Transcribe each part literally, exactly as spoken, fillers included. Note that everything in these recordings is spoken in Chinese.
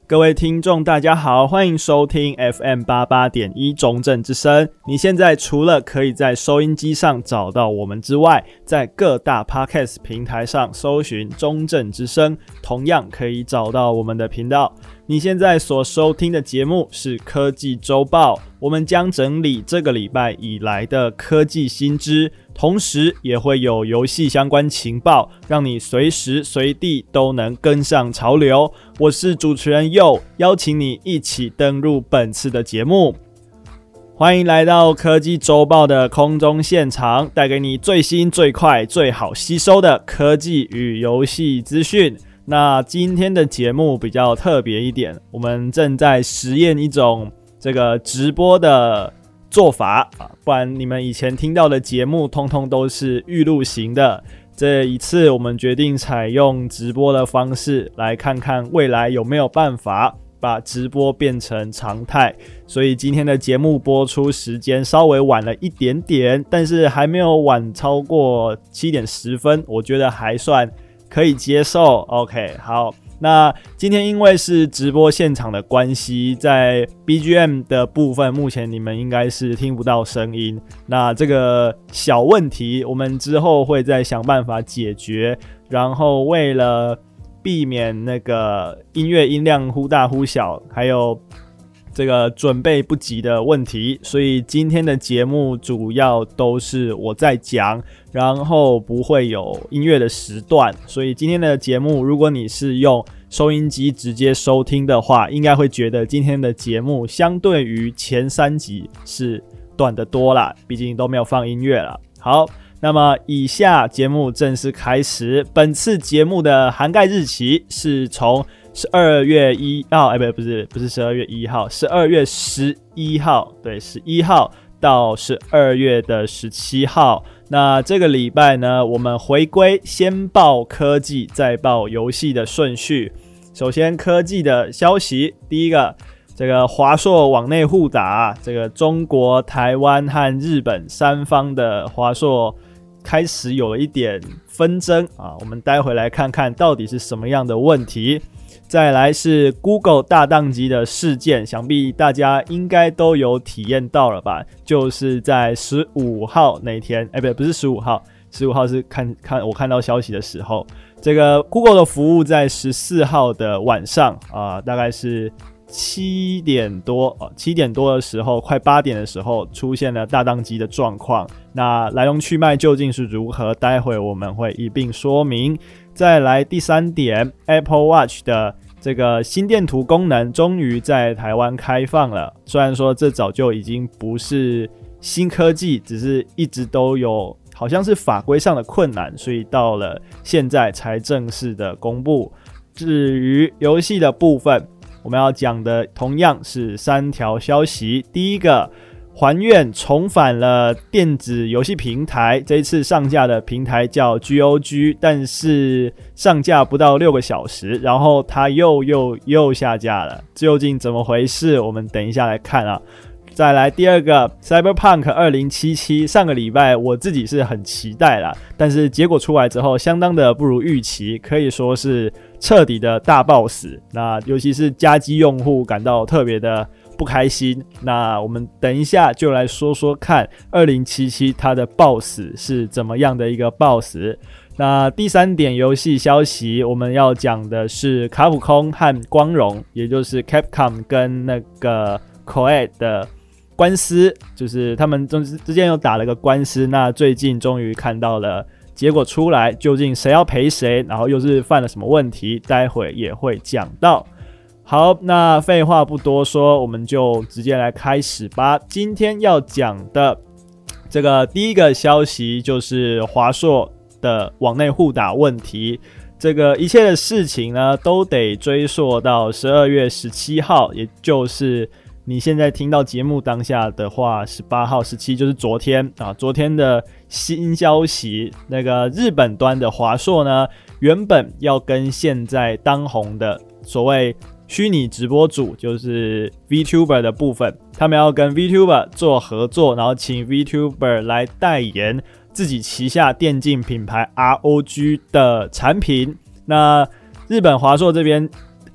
各位听众大家好，欢迎收听 F M 八十八点一 中正之声。你现在除了可以在收音机上找到我们之外，在各大 Podcast 平台上搜寻中正之声，同样可以找到我们的频道。你现在所收听的节目是科技周报，我们将整理这个礼拜以来的科技新知，同时也会有游戏相关情报，让你随时随地都能跟上潮流。我是主持人佑，邀请你一起登入本次的节目。欢迎来到科技周报的空中现场，带给你最新最快最好吸收的科技与游戏资讯。那今天的节目比较特别一点，我们正在实验一种这个直播的做法啊，不然你们以前听到的节目通通都是预录型的。这一次我们决定采用直播的方式，来看看未来有没有办法把直播变成常态。所以今天的节目播出时间稍微晚了一点点，但是还没有晚超过七点十分，我觉得还算可以接受。 OK， 好，那今天因为是直播现场的关系，在 B G M 的部分目前你们应该是听不到声音，那这个小问题我们之后会再想办法解决。然后为了避免那个音乐音量忽大忽小，还有这个准备不及的问题，所以今天的节目主要都是我在讲，然后不会有音乐的时段。所以今天的节目，如果你是用收音机直接收听的话，应该会觉得今天的节目相对于前三集是短得多啦，毕竟都没有放音乐啦。好，那么以下节目正式开始。本次节目的涵盖日期是从十二月一号，哎，不是不是十二月一号，十二月十一号，对，十一号到十二月的十七号。那这个礼拜呢，我们回归先报科技再报游戏的顺序。首先科技的消息，第一个，这个华硕网内互打，这个中国、台湾和日本三方的华硕开始有了一点纷争啊，我们待会来看看到底是什么样的问题。再来是 Google 大宕机的事件，想必大家应该都有体验到了吧？就是在十五号那天，哎，不，不是十五号，十五号是看看我看到消息的时候，这个 Google 的服务在十四号的晚上啊、呃，大概是七点多哦，七点多的时候，快八点的时候出现了大宕机的状况。那来龙去脉究竟是如何？待会我们会一并说明。再来第三点 ，Apple Watch 的这个心电图功能终于在台湾开放了。虽然说这早就已经不是新科技，只是一直都有好像是法规上的困难，所以到了现在才正式的公布。至于游戏的部分，我们要讲的同样是三条消息。第一个，还愿重返了电子游戏平台，这一次上架的平台叫 G O G， 但是上架不到六个小时，然后它又又又下架了，究竟怎么回事？我们等一下来看啊。再来第二个 Cyberpunk 二零七七，上个礼拜我自己是很期待啦，但是结果出来之后相当的不如预期，可以说是彻底的大爆死。那尤其是家机用户感到特别的不开心。那我们等一下就来说说看二零七七它的爆死是怎么样的一个爆死。那第三点游戏消息，我们要讲的是卡普空和光荣，也就是 Capcom 跟那个 Koei 的官司，就是他们之间又打了个官司。那最近终于看到了结果出来，究竟谁要赔谁，然后又是犯了什么问题，待会也会讲到。好，那废话不多说，我们就直接来开始吧。今天要讲的这个第一个消息就是华硕的网内互打问题。这个一切的事情呢，都得追溯到十二月十七号，也就是你现在听到节目当下的话，十八号、十七就是昨天啊，昨天的新消息，那个日本端的华硕呢，原本要跟现在当红的所谓虚拟直播主，就是 VTuber 的部分，他们要跟 VTuber 做合作，然后请 VTuber 来代言自己旗下电竞品牌 R O G 的产品。那日本华硕这边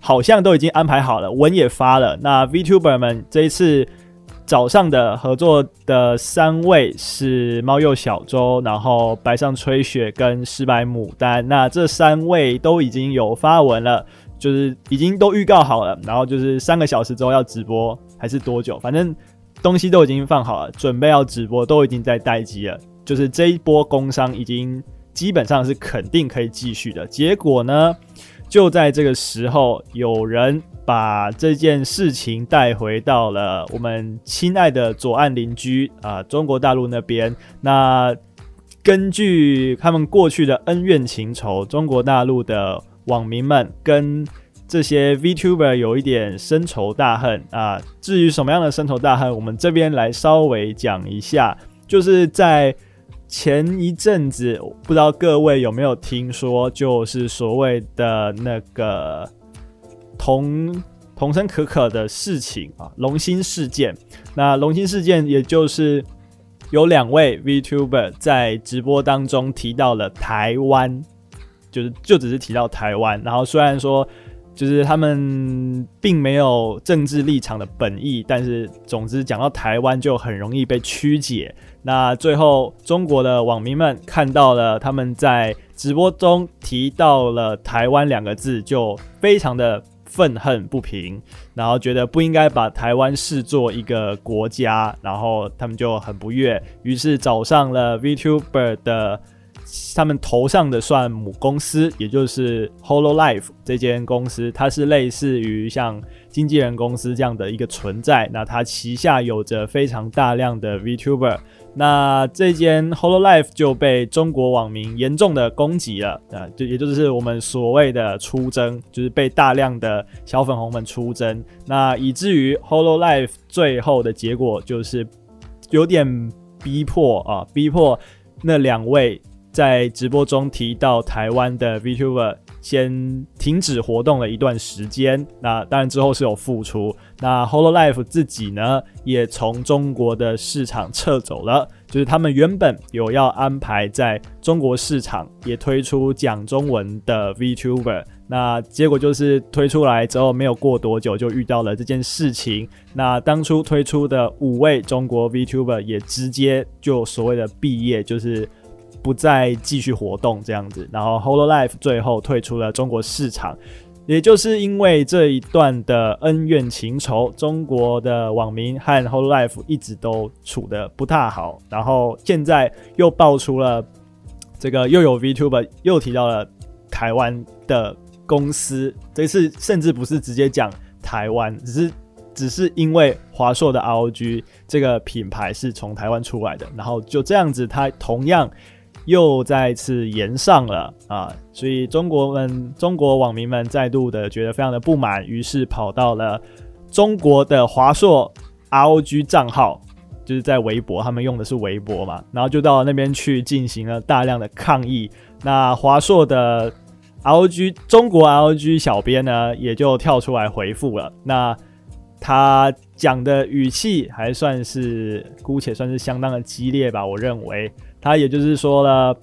好像都已经安排好了，文也发了。那 VTuber 们这一次早上的合作的三位是猫鼬小周，然后白上吹雪跟石白牡丹。那这三位都已经有发文了，就是已经都预告好了，然后就是三个小时之后要直播，还是多久？反正东西都已经放好了，准备要直播，都已经在待机了。就是这一波工商已经基本上是肯定可以继续的。结果呢，就在这个时候，有人把这件事情带回到了我们亲爱的左岸邻居啊、呃，中国大陆那边。那根据他们过去的恩怨情仇，中国大陆的网民们跟这些 VTuber 有一点深仇大恨啊。至于什么样的深仇大恨，我们这边来稍微讲一下。就是在前一阵子，不知道各位有没有听说，就是所谓的那个童童声可可的事情啊，龙心事件。那龙心事件也就是有两位 VTuber 在直播当中提到了台湾，就是就只是提到台湾，然后虽然说就是他们并没有政治立场的本意，但是总之讲到台湾就很容易被曲解。那最后中国的网民们看到了他们在直播中提到了台湾两个字，就非常的愤恨不平，然后觉得不应该把台湾视作一个国家，然后他们就很不悦，于是找上了 VTuber 的他们头上的算母公司，也就是 Hololive 这间公司，它是类似于像经纪人公司这样的一个存在。那它旗下有着非常大量的 VTuber， 那这间 Hololive 就被中国网民严重的攻击了，呃，就也就是我们所谓的出征，就是被大量的小粉红们出征，那以至于 Hololive 最后的结果就是有点逼迫啊，逼迫那两位在直播中提到台湾的 VTuber 先停止活动了一段时间，那当然之后是有复出。那 Hololive 自己呢，也从中国的市场撤走了，就是他们原本有要安排在中国市场也推出讲中文的 VTuber， 那结果就是推出来之后没有过多久就遇到了这件事情。那当初推出的五位中国 VTuber 也直接就所谓的毕业，就是不再继续活动这样子，然后 Hololive 最后退出了中国市场。也就是因为这一段的恩怨情仇，中国的网民和 Hololive 一直都处得不太好，然后现在又爆出了这个又有 VTuber 又提到了台湾的公司，这次甚至不是直接讲台湾，只是只是因为华硕的 R O G 这个品牌是从台湾出来的，然后就这样子它同样又再次延上了啊，所以中国们中国网民们再度的觉得非常的不满，于是跑到了中国的华硕 R O G 账号，就是在微博，他们用的是微博嘛，然后就到那边去进行了大量的抗议。那华硕的 R O G 中国 R O G 小编呢，也就跳出来回复了。那他讲的语气还算是姑且算是相当的激烈吧，我认为他也就是说了，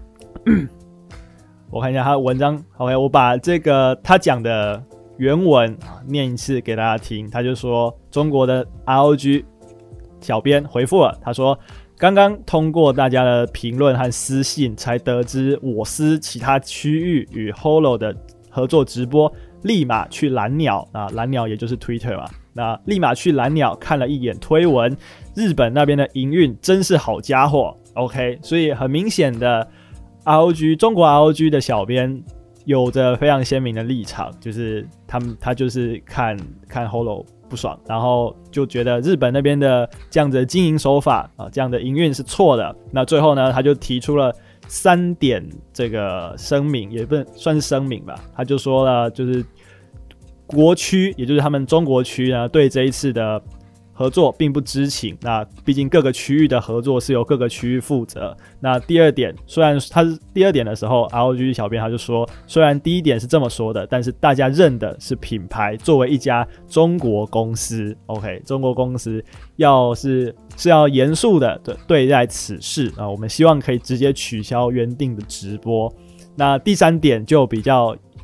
我看一下他的文章 ，OK， 我把这个他讲的原文念一次给大家听。他就说，中国的 R O G 小编回复了，他说，刚刚通过大家的评论和私信，才得知我司其他区域与 Holo 的合作直播，立马去蓝鸟啊，蓝鸟也就是 Twitter 嘛。那立马去蓝鸟看了一眼推文，日本那边的营运真是好家伙 ，OK， 所以很明显的 R O G 中国 R O G 的小编有着非常鲜明的立场，就是他们他就是看看 Holo 不爽，然后就觉得日本那边的这样的经营手法啊，这样的营运是错的。那最后呢，他就提出了三点这个声明，也不能算是声明吧，他就说了，就是国区，也就是他们中国区呢，对这一次的合作并不知情。那毕竟各个区域的合作是由各个区域负责。那第二点，虽然他是第二点的时候 ，R O G 小编他就说，虽然第一点是这么说的，但是大家认的是品牌作为一家中国公司 ，OK， 中国公司要是是要严肃的对待此事啊，我们希望可以直接取消原定的直播。那第三点就比较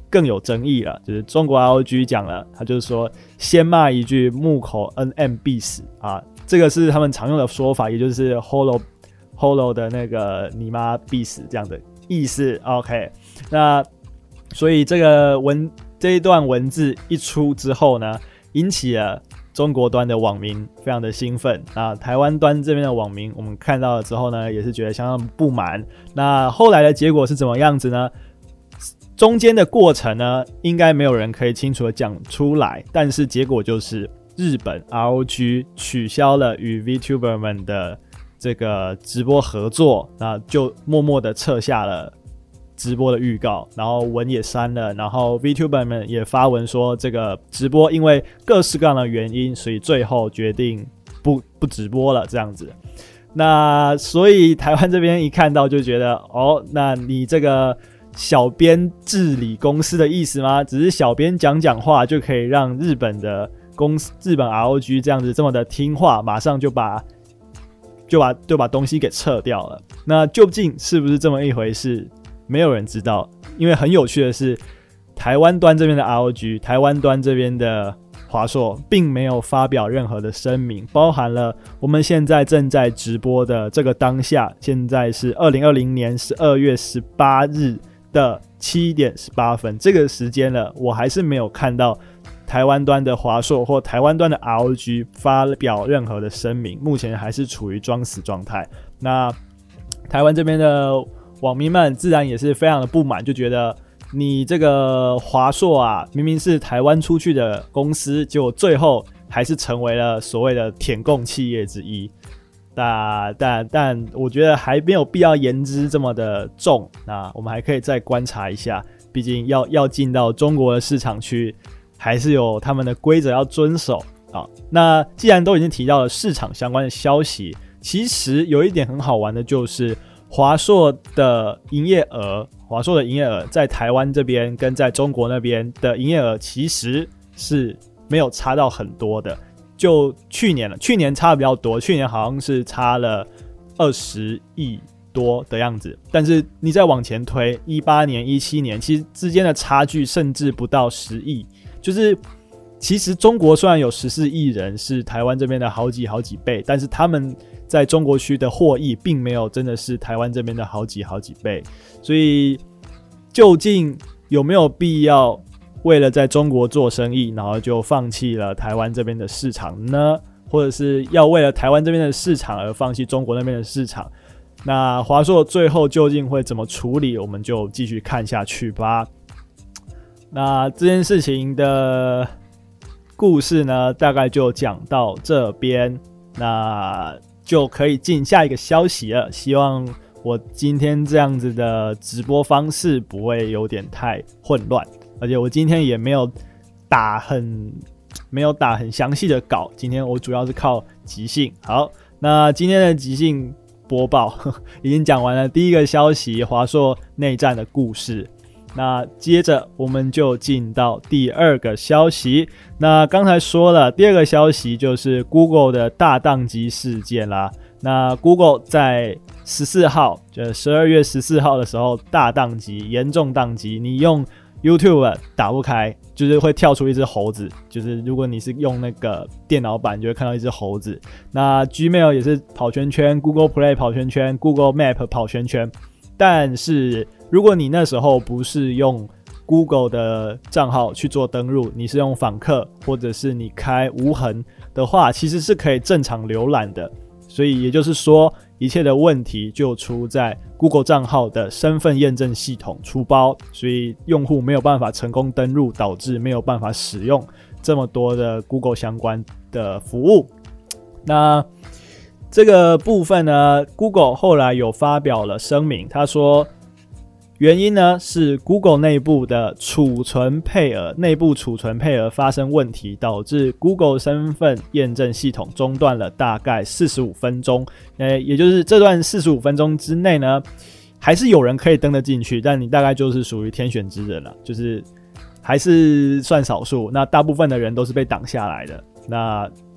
更有争议了，就是中国 R O G 讲了，他就是说先骂一句木口 N M 必死啊，这个是他们常用的说法，也就是 Holo Holo 的那个你妈必死这样的意思。OK， 那所以这个文这一段文字一出之后呢，引起了中国端的网民非常的兴奋，那台湾端这边的网民我们看到了之后呢，也是觉得相当不满。那后来的结果是怎么样子呢？中间的过程呢，应该没有人可以清楚的讲出来，但是结果就是日本 R O G 取消了与 VTuber 们的这个直播合作，那就默默的撤下了直播的预告，然后文也删了，然后 VTuber 们也发文说这个直播因为各式各样的原因，所以最后决定不不直播了这样子。那所以台湾这边一看到就觉得，哦，那你这个小编治理公司的意思吗？只是小编讲讲话就可以让日本的公司日本 R O G 这样子这么的听话，马上就把就把就把东西给撤掉了。那究竟是不是这么一回事？没有人知道，因为很有趣的是，台湾端这边的 R O G， 台湾端这边的华硕并没有发表任何的声明，包含了我们现在正在直播的这个当下，现在是二零二零年十二月十八日的七点十八分，这个时间了，我还是没有看到台湾端的华硕或台湾端的 R O G 发表任何的声明，目前还是处于装死状态。那台湾这边的网民们自然也是非常的不满，就觉得你这个华硕啊，明明是台湾出去的公司，结果最后还是成为了所谓的舔共企业之一。但但但我觉得还没有必要言之这么的重，那我们还可以再观察一下，毕竟要要进到中国的市场去，还是有他们的规则要遵守啊。那既然都已经提到了市场相关的消息，其实有一点很好玩的就是华硕的营业额，华硕的营业额在台湾这边跟在中国那边的营业额其实是没有差到很多的。就去年了，去年差的比较多，去年好像是差了二十亿多的样子。但是你再往前推，一八年、一七年，其实之间的差距甚至不到十亿。就是其实中国虽然有十四亿人，是台湾这边的好几好几倍，但是他们在中国区的获益并没有真的是台湾这边的好几好几倍。所以究竟有没有必要为了在中国做生意，然后就放弃了台湾这边的市场呢？或者是要为了台湾这边的市场而放弃中国那边的市场？那华硕最后究竟会怎么处理，我们就继续看下去吧。那这件事情的故事呢，大概就讲到这边，那就可以进下一个消息了。希望我今天这样子的直播方式不会有点太混乱。而且我今天也没有打很没有打很详细的稿，今天我主要是靠即兴。好，那今天的即兴播报呵呵已经讲完了第一个消息，华硕内战的故事。那接着我们就进到第二个消息。那刚才说了，第二个消息就是 Google 的大宕机事件啦。那 Google 在十四号，就十二月十四号的时候大宕机，严重宕机，你用YouTube 打不开，就是会跳出一只猴子，就是如果你是用那个电脑版，就会看到一只猴子。那 Gmail 也是跑圈圈， Google Play 跑圈圈， Google Map 跑圈圈。但是如果你那时候不是用 Google 的账号去做登入，你是用访客或者是你开无痕的话，其实是可以正常浏览的。所以也就是说，一切的问题就出在 Google 账号的身份验证系统出包，所以用户没有办法成功登入，导致没有办法使用这么多的 Google 相关的服务。那这个部分呢 ，Google 后来有发表了声明，他说原因呢是 Google 内部的储存配额，内部储存配额发生问题，导致 Google 身份验证系统中断了大概四十五分钟。呃，也就是这段四十五分钟之内呢，还是有人可以登得进去，但你大概就是属于天选之人了，就是还是算少数。那大部分的人都是被挡下来的。那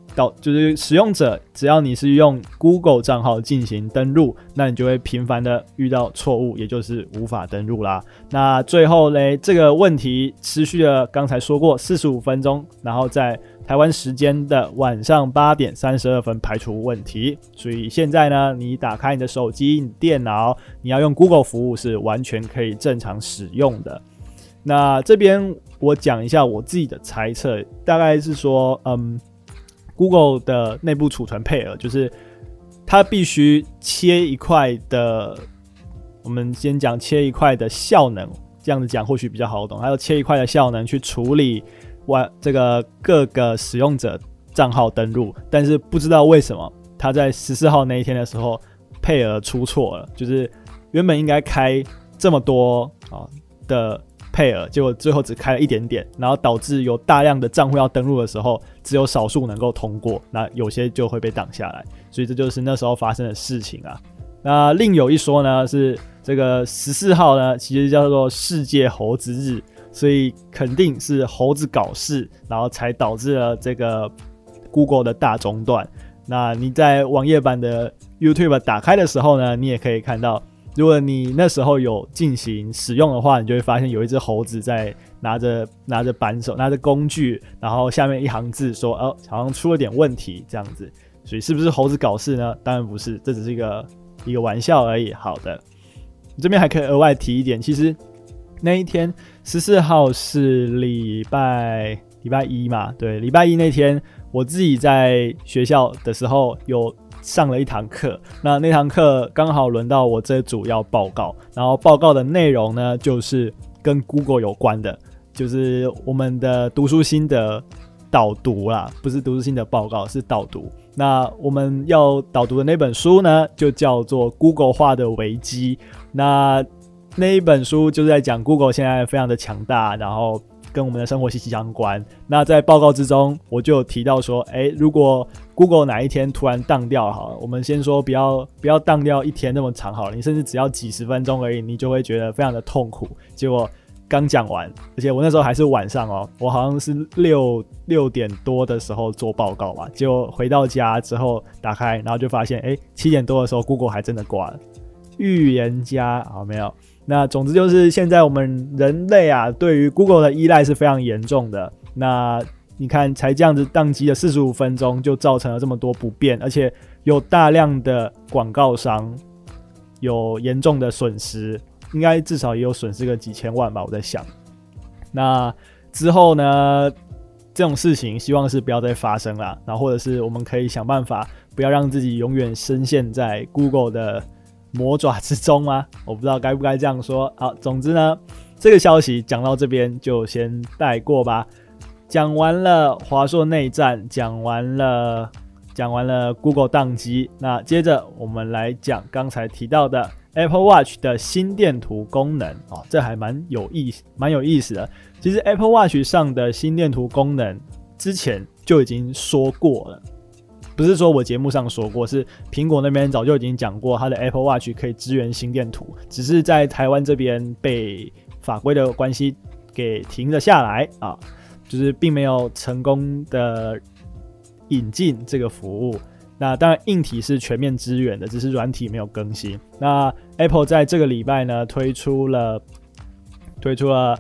导就是使用者，只要你是用 Google 账号进行登录，那你就会频繁的遇到错误，也就是无法登录啦。那最后呢，这个问题持续了，刚才说过四十五分钟，然后在台湾时间的晚上八点三十二分排除问题。所以现在呢，你打开你的手机、你电脑，你要用 Google 服务是完全可以正常使用的。那这边我讲一下我自己的猜测，大概是说，嗯 ，Google 的内部储存配额就是它必须切一块的，我们先讲切一块的效能，这样子讲或许比较好懂。还有切一块的效能去处理这个各个使用者账号登录，但是不知道为什么它在十四号那一天的时候配额出错了，就是原本应该开这么多、哦、的配额，结果最后只开了一点点，然后导致有大量的账户要登录的时候，只有少数能够通过，那有些就会被挡下来，所以这就是那时候发生的事情啊。那另有一说呢，是这个十四号呢，其实叫做世界猴子日，所以肯定是猴子搞事，然后才导致了这个 Google 的大中断。那你在网页版的 YouTube 打开的时候呢，你也可以看到，如果你那时候有进行使用的话，你就会发现有一只猴子在拿着拿着扳手，拿着工具，然后下面一行字说，哦，好像出了点问题这样子。所以是不是猴子搞事呢？当然不是，这只是一个一个玩笑而已。好的，这边还可以额外提一点，其实那一天十四号是礼拜礼拜一嘛，对，礼拜一那天我自己在学校的时候有上了一堂课，那那堂课刚好轮到我这组要报告，然后报告的内容呢就是跟 Google 有关的，就是我们的读书心得导读啦，不是读书心得报告，是导读。那我们要导读的那本书呢，就叫做 Google 化的危机。那那一本书就是在讲 Google 现在非常的强大，然后跟我们的生活息息相关。那在报告之中，我就有提到说，诶，如果 Google 哪一天突然当掉了好了，我们先说不要不要当掉一天那么长好了，你甚至只要几十分钟而已，你就会觉得非常的痛苦。结果刚讲完，而且我那时候还是晚上哦，我好像是六六点多的时候做报告嘛，结果回到家之后打开，然后就发现，哎，七点多的时候 Google 还真的挂了。预言家好没有？那总之就是现在我们人类啊，对于 Google 的依赖是非常严重的。那你看，才这样子宕机了四十五分钟，就造成了这么多不便，而且有大量的广告商有严重的损失。应该至少也有损失个几千万吧，我在想。那之后呢，这种事情希望是不要再发生啦，然后或者是我们可以想办法不要让自己永远深陷在 Google 的魔爪之中吗？我不知道该不该这样说。好，总之呢，这个消息讲到这边就先带过吧。讲完了华硕内战，讲完了讲完了 Google 宕机，那接着我们来讲刚才提到的Apple Watch 的心电图功能、哦、这还蛮有意思蛮有意思的。其实 Apple Watch 上的心电图功能之前就已经说过了，不是说我节目上说过，是苹果那边早就已经讲过它的 Apple Watch 可以支援心电图，只是在台湾这边被法规的关系给停了下来啊，就是并没有成功的引进这个服务。那当然硬体是全面支援的，只是软体没有更新。那 Apple 在这个礼拜呢推出了推出了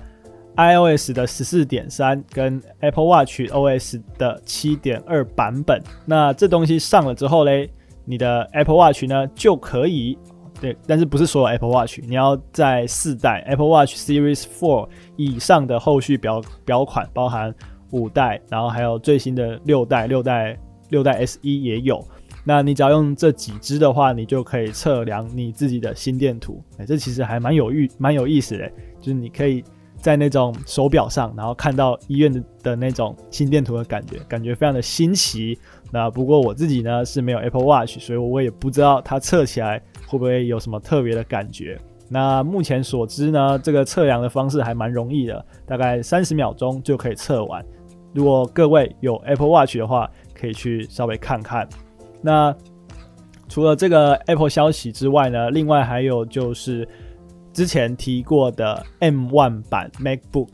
iOS 的 十四点三 跟 Apple Watch O S 的 七点二 版本。那这东西上了之后咧，你的 Apple Watch 呢就可以，对，但是不是所有 Apple Watch， 你要在四代 Apple Watch Series 四以上的后续表表款，包含五代，然后还有最新的六代六代六代 S E 也有。那你只要用这几支的话，你就可以测量你自己的心电图。欸、这其实还蛮有蛮有意思的，就是你可以在那种手表上，然后看到医院 的, 的那种心电图的感觉，感觉非常的新奇。那不过我自己呢是没有 Apple Watch， 所以我也不知道它测起来会不会有什么特别的感觉。那目前所知呢，这个测量的方式还蛮容易的，大概三十秒钟就可以测完。如果各位有 Apple Watch 的话，可以去稍微看看。那除了这个 Apple 消息之外呢，另外还有就是之前提过的 M 一 版 MacBook，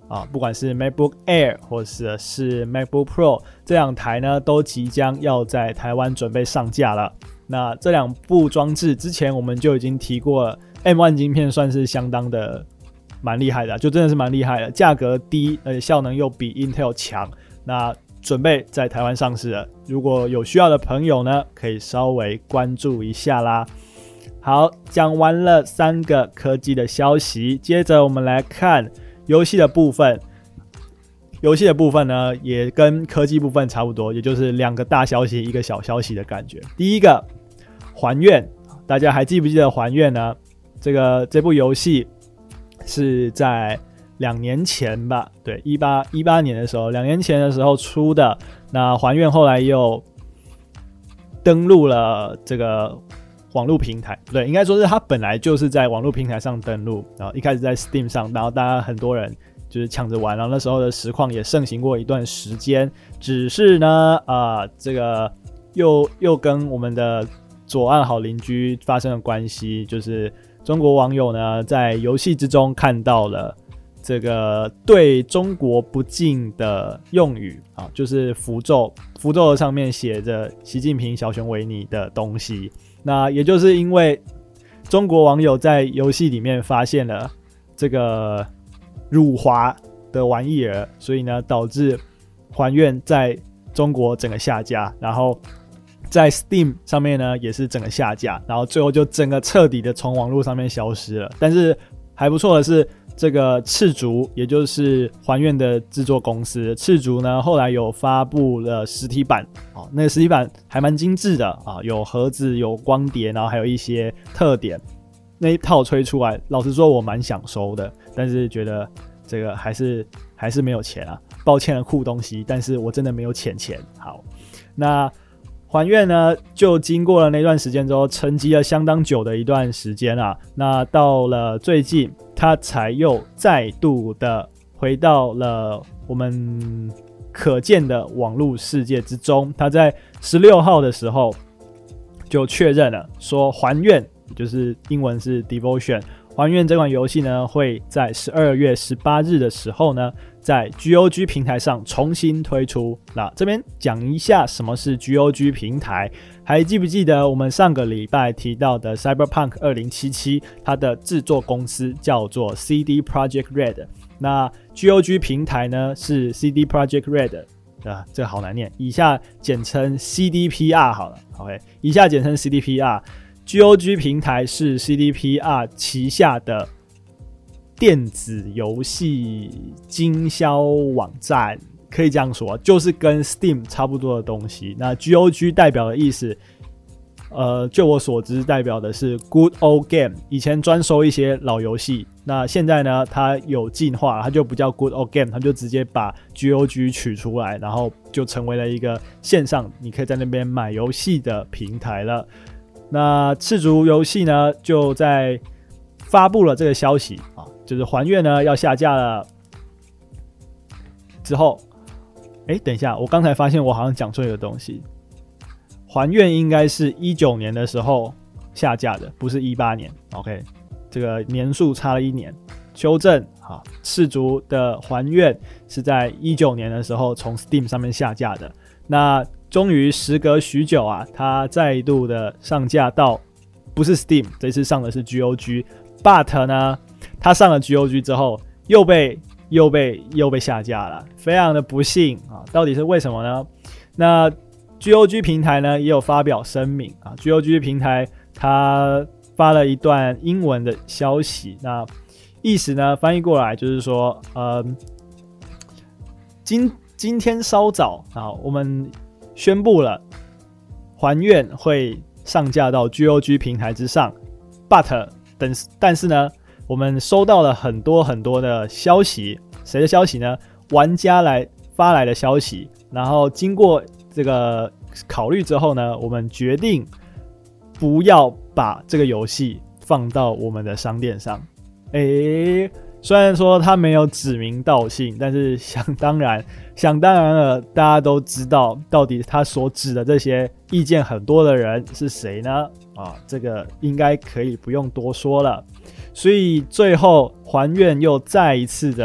啊，不管是 MacBook Air 或者是 MacBook Pro 这两台呢，都即将要在台湾准备上架了。那这两部装置之前我们就已经提过了 ，M 一 晶片算是相当的蛮厉害的，就真的是蛮厉害的，价格低，而且效能又比 Intel 强。那准备在台湾上市了，如果有需要的朋友呢，可以稍微关注一下啦。好，讲完了三个科技的消息，接着我们来看游戏的部分。游戏的部分呢，也跟科技部分差不多，也就是两个大消息，一个小消息的感觉。第一个，还愿，大家还记不记得还愿呢？这个这部游戏是在两年前吧，对，一八一八年的时候，两年前的时候出的。那还愿后来又登陆了这个网络平台，对，应该说是它本来就是在网络平台上登陆，然后一开始在 Steam 上，然后大家很多人就是抢着玩，然后那时候的实况也盛行过一段时间。只是呢，呃，这个又又跟我们的左岸好邻居发生了关系，就是中国网友呢在游戏之中看到了这个对中国不敬的用语啊，就是符咒，符咒上面写着习近平小熊维尼的东西。那也就是因为中国网友在游戏里面发现了这个辱华的玩意儿，所以呢导致还愿在中国整个下架，然后在 Steam 上面呢也是整个下架，然后最后就整个彻底的从网络上面消失了。但是还不错的是，这个赤足，也就是还愿的制作公司，赤足呢后来有发布了实体版，哦，那个实体版还蛮精致的啊，有盒子，有光碟，然后还有一些特点。那一套吹出来，老实说我蛮想收的，但是觉得这个还是还是没有钱啊，抱歉了酷东西，但是我真的没有钱钱。好，那还愿呢，就经过了那段时间之后，沉寂了相当久的一段时间啊。那到了最近，他才又再度的回到了我们可见的网络世界之中。他在十六号的时候就确认了，说还愿，也就是英文是 Devotion， 还愿这款游戏呢，会在十二月十八日的时候呢，在 G O G 平台上重新推出。那这边讲一下什么是 G O G 平台，还记不记得我们上个礼拜提到的 Cyberpunk 二零七七，它的制作公司叫做 C D Projekt Red。那 G O G 平台呢是 C D Projekt Red， 啊，这个好难念，以下简称 C D P R 好了 ，OK， 以下简称 C D P R。G O G 平台是 C D P R 旗下的电子游戏经销网站，可以这样说，就是跟 Steam 差不多的东西。那 G O G 代表的意思，呃，就我所知，代表的是 Good Old Game， 以前专收一些老游戏。那现在呢，它有进化，它就不叫 Good Old Game， 它就直接把 G O G 取出来，然后就成为了一个线上你可以在那边买游戏的平台了。那赤足游戏呢，就在发布了这个消息啊，就是还愿呢要下架了之后，哎，等一下，我刚才发现我好像讲错一个东西，还愿应该是一九年的时候下架的，不是一八年。OK， 这个年数差了一年，修正啊，赤足的还愿是在一九年的时候从 Steam 上面下架的。那终于时隔许久啊，它再度的上架到不是 Steam， 这次上的是 G O G。But 呢，它上了 G O G 之后，又被又被又被下架了，非常的不幸啊！到底是为什么呢？那 G O G 平台呢也有发表声明啊 ，G O G 平台它发了一段英文的消息，那意思呢翻译过来就是说，呃，今今天稍早啊，我们宣布了还愿会上架到 G O G 平台之上 ，but 但是但是呢，我们收到了很多很多的消息，谁的消息呢？玩家来发来的消息，然后经过这个考虑之后呢，我们决定不要把这个游戏放到我们的商店上。诶，虽然说他没有指名道姓，但是想当然，想当然了，大家都知道到底他所指的这些意见很多的人是谁呢？啊，这个应该可以不用多说了。所以最后还愿又再一次的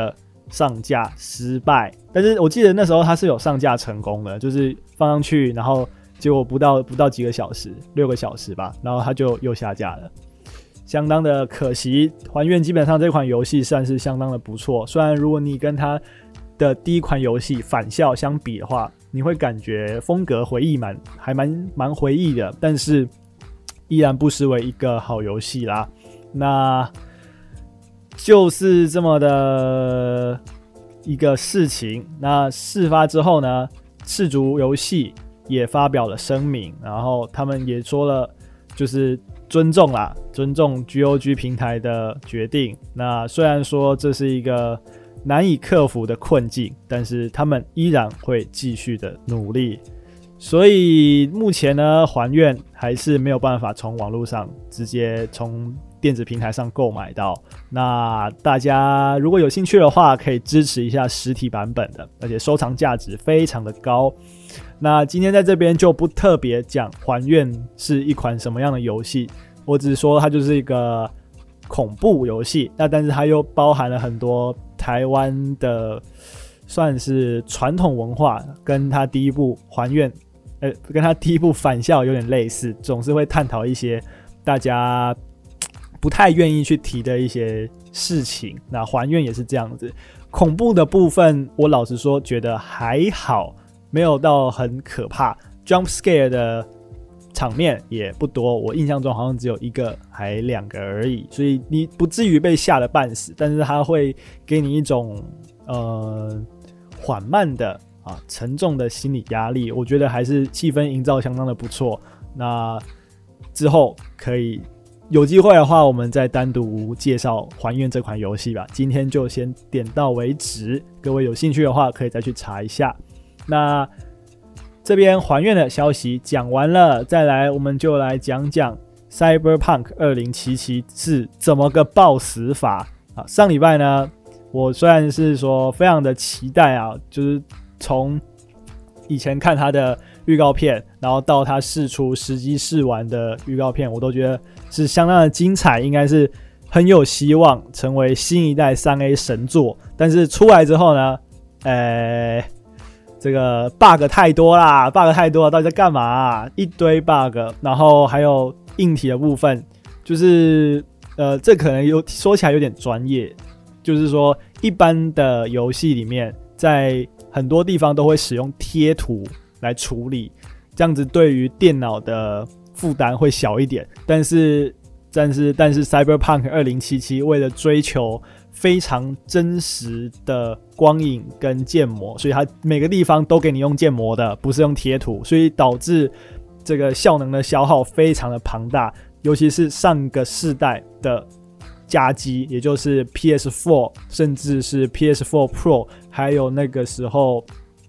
上架失败，但是我记得那时候它是有上架成功的，就是放上去，然后结果不到不到几个小时，六个小时吧，然后它就又下架了，相当的可惜。还愿基本上这款游戏算是相当的不错，虽然如果你跟它的第一款游戏返校相比的话，你会感觉风格回忆蛮还蛮蛮回忆的，但是依然不失为一个好游戏啦。那就是这么的一个事情。那事发之后呢，赤足游戏也发表了声明，然后他们也说了，就是尊重啦，尊重 G O G 平台的决定。那虽然说这是一个难以克服的困境，但是他们依然会继续的努力。所以目前呢，还愿还是没有办法从网络上直接从电子平台上购买到。那大家如果有兴趣的话，可以支持一下实体版本的，而且收藏价值非常的高。那今天在这边就不特别讲还愿是一款什么样的游戏，我只是说它就是一个恐怖游戏，那但是它又包含了很多台湾的算是传统文化，跟它第一部还愿呃，跟他第一部返校有点类似，总是会探讨一些大家不太愿意去提的一些事情。那还愿也是这样子，恐怖的部分我老实说觉得还好，没有到很可怕， jump scare 的场面也不多，我印象中好像只有一个还两个而已，所以你不至于被吓得半死，但是它会给你一种呃缓慢的啊，沉重的心理压力，我觉得还是气氛营造相当的不错。那之后可以有机会的话，我们再单独介绍还愿这款游戏吧。今天就先点到为止，各位有兴趣的话可以再去查一下。那这边还愿的消息讲完了，再来我们就来讲讲 Cyberpunk 二零七七是怎么个爆死法啊。上礼拜呢，我虽然是说非常的期待啊，就是从以前看他的预告片，然后到他释出实际试玩的预告片，我都觉得是相当的精彩，应该是很有希望成为新一代 三 A 神作。但是出来之后呢，呃，这个 bug 太多啦 ，bug 太多了，到底在干嘛啊？一堆 bug， 然后还有硬体的部分，就是呃，这可能有说起来有点专业，就是说一般的游戏里面，在很多地方都会使用贴图来处理，这样子对于电脑的负担会小一点。但是，但是，但是 Cyberpunk 二零七七为了追求非常真实的光影跟建模，所以它每个地方都给你用建模的，不是用贴图，所以导致这个效能的消耗非常的庞大，尤其是上个世代的家机，也就是 P S 四 甚至是 P S 四 Pro， 还有那个时候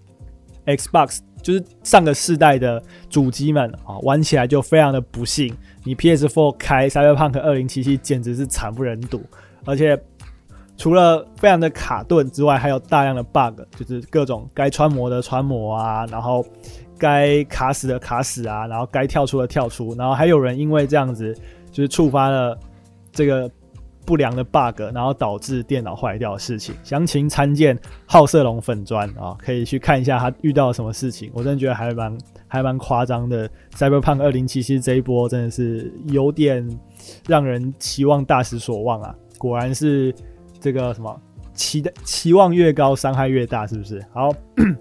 Xbox， 就是上个世代的主机们、啊、玩起来就非常的不幸。你 P S 四 开 Cyberpunk 二零七七简直是惨不忍睹，而且除了非常的卡顿之外，还有大量的 bug， 就是各种该穿模的穿模啊，然后该卡死的卡死啊，然后该跳出的跳出，然后还有人因为这样子就是触发了这个不良的 bug， 然后导致电脑坏掉的事情。详情参见好色龙粉专啊，可以去看一下他遇到了什么事情。我真的觉得还蛮还蛮夸张的。Cyberpunk 二零七七这一波真的是有点让人期望大失所望啊！果然是这个什么期期望越高，伤害越大，是不是？好，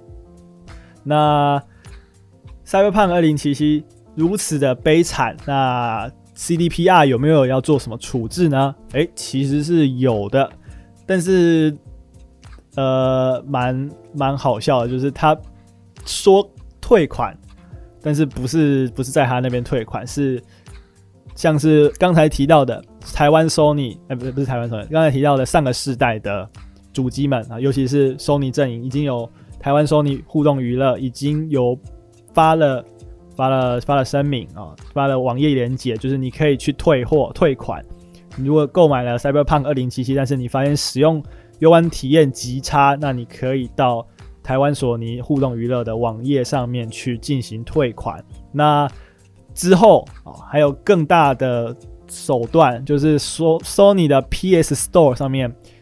那 Cyberpunk 二零七七如此的悲惨，那C D P R 有没有要做什么处置呢？哎，其实是有的，但是呃，蛮蛮好笑的，就是他说退款，但是不是不是在他那边退款，是像是刚才提到的台湾 Sony， 哎，不是不是台湾 Sony， 刚才提到的上个世代的主机们啊，尤其是 Sony 阵营，已经有台湾 Sony 互动娱乐已经有发了。发了发了声明啊，发了网页连结，就是你可以去退货退款。你如果购买了 Cyberpunk 二零七七，但是你发现使用游玩体验极差，那你可以到台湾索尼互动娱乐的网页上面去进行退款。那之后、哦、还有更大的手段，就是说 Sony 的 P S Store 上面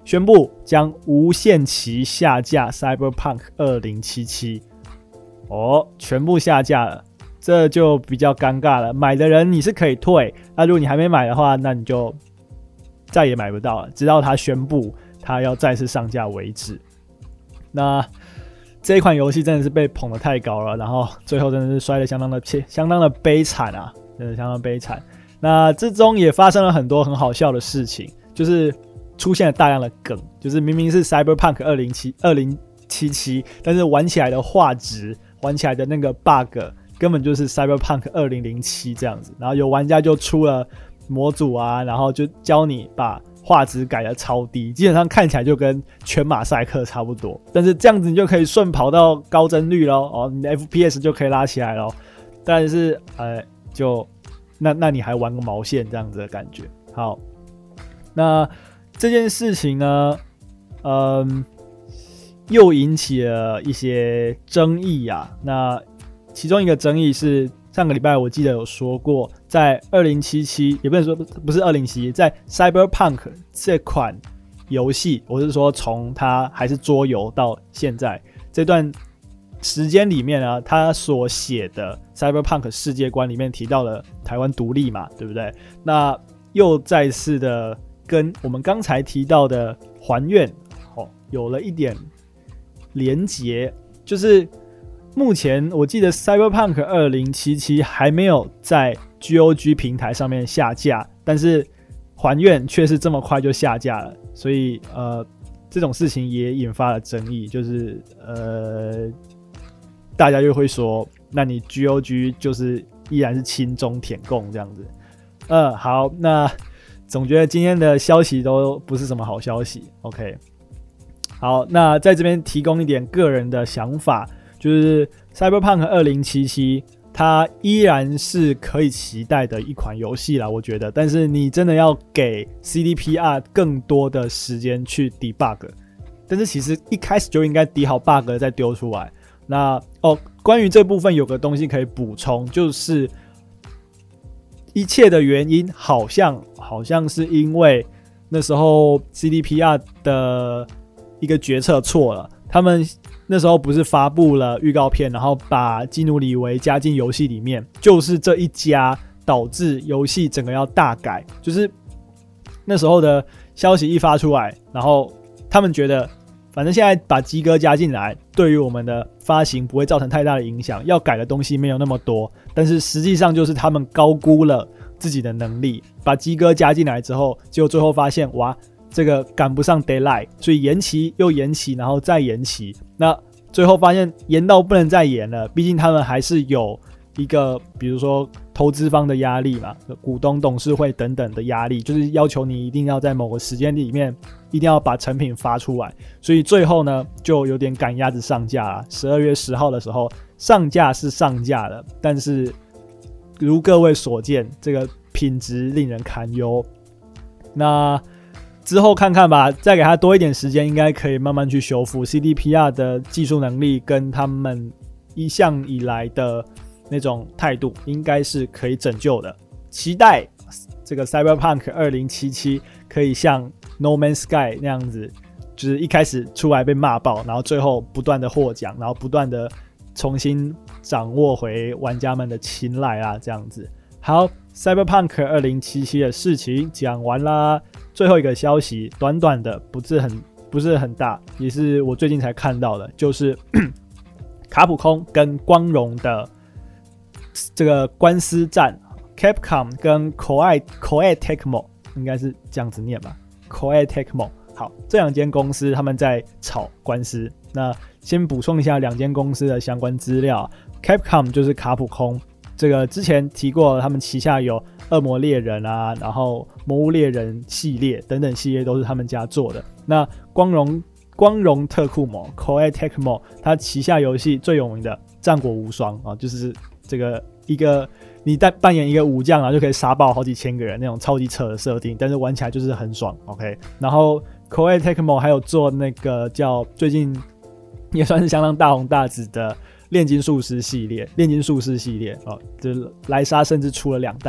宣布将无限期下架 Cyberpunk 二零七七。哦，全部下架了，这就比较尴尬了。买的人你是可以退，那、啊、如果你还没买的话，那你就再也买不到了，直到他宣布他要再次上架为止。那这一款游戏真的是被捧得太高了，然后最后真的是摔得相当的相当的悲惨啊，真的相当悲惨。那之中也发生了很多很好笑的事情，就是出现了大量的梗，就是明明是 Cyberpunk 二零七七，但是玩起来的画质、玩起来的那个 bug 根本就是 Cyberpunk 二零零七这样子。然后有玩家就出了模组啊，然后就教你把画质改得超低，基本上看起来就跟全马赛克差不多。但是这样子你就可以顺跑到高帧率咯，哦，你的 F P S 就可以拉起来咯。但是呃，就那那你还玩个毛线这样子的感觉。好，那这件事情呢，嗯，又引起了一些争议啊。那其中一个争议是，上个礼拜我记得有说过，在二零七七，也不能说不是二零七七，在 Cyberpunk 这款游戏，我是说从它还是桌游到现在这段时间里面啊，他所写的 Cyberpunk 世界观里面提到了台湾独立嘛，对不对？那又再次的跟我们刚才提到的还愿、哦、有了一点连结，就是目前我记得 Cyberpunk 二零七七还没有在 G O G 平台上面下架，但是还愿却是这么快就下架了，所以呃，这种事情也引发了争议，就是呃。大家就会说，那你 G O G 就是依然是亲中舔共这样子。呃，好，那总觉得今天的消息都不是什么好消息。OK， 好，那在这边提供一点个人的想法，就是 Cyberpunk 二零七七它依然是可以期待的一款游戏啦，我觉得。但是你真的要给 C D P R 更多的时间去 debug， 但是其实一开始就应该 de 好 bug 再丢出来。那哦，关于这部分有个东西可以补充，就是一切的原因好像好像是因为那时候 C D P R 的一个决策错了，他们那时候不是发布了预告片，然后把基努里维加进游戏里面，就是这一家导致游戏整个要大改，就是那时候的消息一发出来，然后他们觉得反正现在把基哥加进来，对于我们的发行不会造成太大的影响，要改的东西没有那么多，但是实际上就是他们高估了自己的能力，把基哥加进来之后，结果最后发现哇，这个赶不上 deadline， 所以延期又延期，然后再延期，那最后发现延到不能再延了，毕竟他们还是有一个比如说投资方的压力嘛，股东董事会等等的压力，就是要求你一定要在某个时间里面一定要把成品发出来，所以最后呢就有点赶鸭子上架了。十二月十号的时候上架是上架了，但是如各位所见，这个品质令人堪忧。那之后看看吧，再给他多一点时间，应该可以慢慢去修复 C D P R 的技术能力跟他们一向以来的那种态度，应该是可以拯救的。期待这个 Cyberpunk 二零七七可以像 No Man's Sky 那样子，就是一开始出来被骂爆，然后最后不断的获奖，然后不断的重新掌握回玩家们的青睐啦，这样子。好， Cyberpunk 二零七七的事情讲完啦。最后一个消息，短短的，不是很不是很大，也是我最近才看到的，就是卡普空跟光荣的这个官司战 ，Capcom 跟 Koei Koei Tecmo 应该是这样子念吧 ，Koei Tecmo。好，这两间公司他们在吵官司。那先补充一下两间公司的相关资料 ，Capcom 就是卡普空。这个之前提过，他们旗下有恶魔猎人啊，然后魔物猎人系列等等系列都是他们家做的。那光荣光荣特库摩 Koei Tecmo， 它旗下游戏最有名的战国无双啊，就是这个一个你扮演一个武将啊，就可以杀爆好几千个人那种超级扯的设定，但是玩起来就是很爽。OK， 然后 Koei Tecmo 还有做那个叫最近也算是相当大红大紫的炼金术师系列，炼金术师系列哦，就是莱莎甚至出了两代，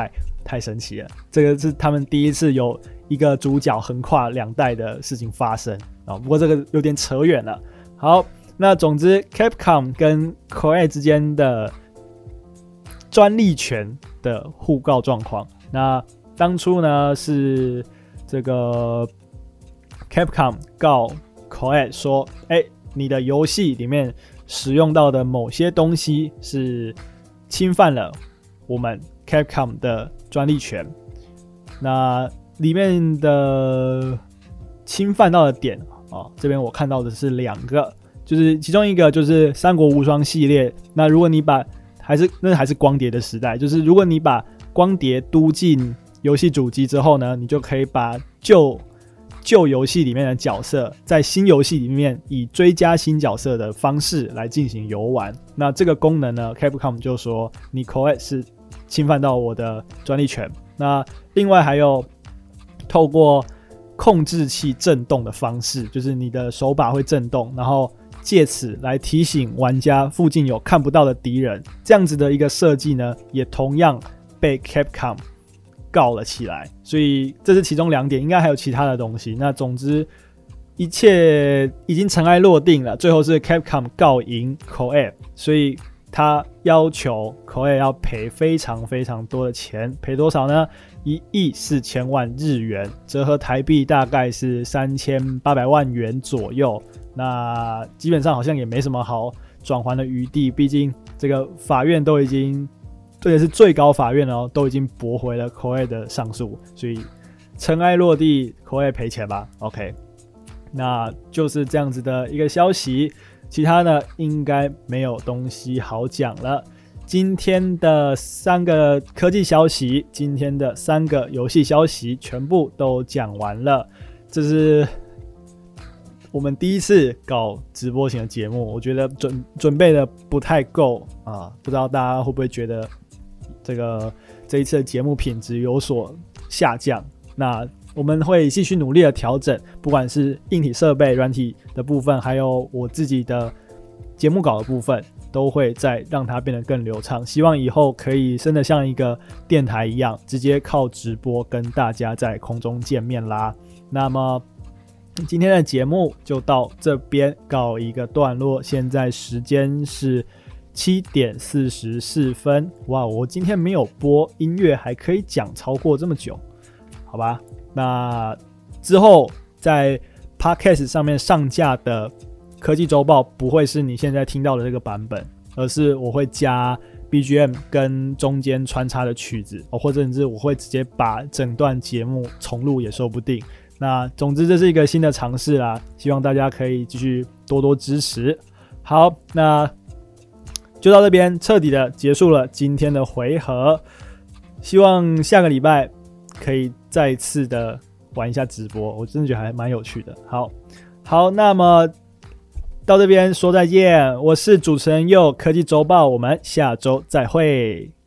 太神奇了，这个是他们第一次有一个主角横跨两代的事情发生啊。不过这个有点扯远了。好，那总之 Capcom 跟 Koei 之间的专利权的互告状况，那当初呢是这个 Capcom 告 Koei 说，哎，你的游戏里面使用到的某些东西是侵犯了我们 Capcom 的专利权。那里面的侵犯到的点、哦、这边我看到的是两个，就是其中一个就是三国无双系列。那如果你把还是那还是光碟的时代，就是如果你把光碟嘟进游戏主机之后呢，你就可以把旧旧游戏里面的角色在新游戏里面以追加新角色的方式来进行游玩。那这个功能呢 Capcom 就说你 Koei 是侵犯到我的专利权。那另外还有透过控制器震动的方式，就是你的手把会震动，然后借此来提醒玩家附近有看不到的敌人，这样子的一个设计呢，也同样被 Capcom 告了起来。所以这是其中两点，应该还有其他的东西。那总之一切已经尘埃落定了，最后是 Capcom 告赢 Koei， 所以他要求 Koei 要赔非常非常多的钱，赔多少呢？一亿四千万日元，折合台币大概是三千八百万元左右。那基本上好像也没什么好转圜的余地，毕竟这个法院都已经，这也是最高法院哦，都已经驳回了 Koei 的上诉，所以尘埃落地 ，Koei 赔钱吧。OK， 那就是这样子的一个消息，其他的应该没有东西好讲了。今天的三个科技消息，今天的三个游戏消息全部都讲完了。这是我们第一次搞直播型的节目，我觉得 准, 准备的不太够啊，不知道大家会不会觉得这个这一次的节目品质有所下降。那我们会继续努力的调整，不管是硬体设备、软体的部分，还有我自己的节目稿的部分，都会再让它变得更流畅。希望以后可以真的像一个电台一样，直接靠直播跟大家在空中见面啦。那么今天的节目就到这边告一个段落，现在时间是七点四十四分。哇，我今天没有播音乐还可以讲超过这么久，好吧？那之后在 Podcast 上面上架的科技周报不会是你现在听到的这个版本，而是我会加 B G M 跟中间穿插的曲子，或者是我会直接把整段节目重录也说不定。那总之这是一个新的尝试啦，希望大家可以继续多多支持。好，那就到这边彻底的结束了今天的回合，希望下个礼拜可以再次的玩一下直播，我真的觉得还蛮有趣的。好好，那么到这边说再见，我是主持人佑，科技周报，我们下周再会。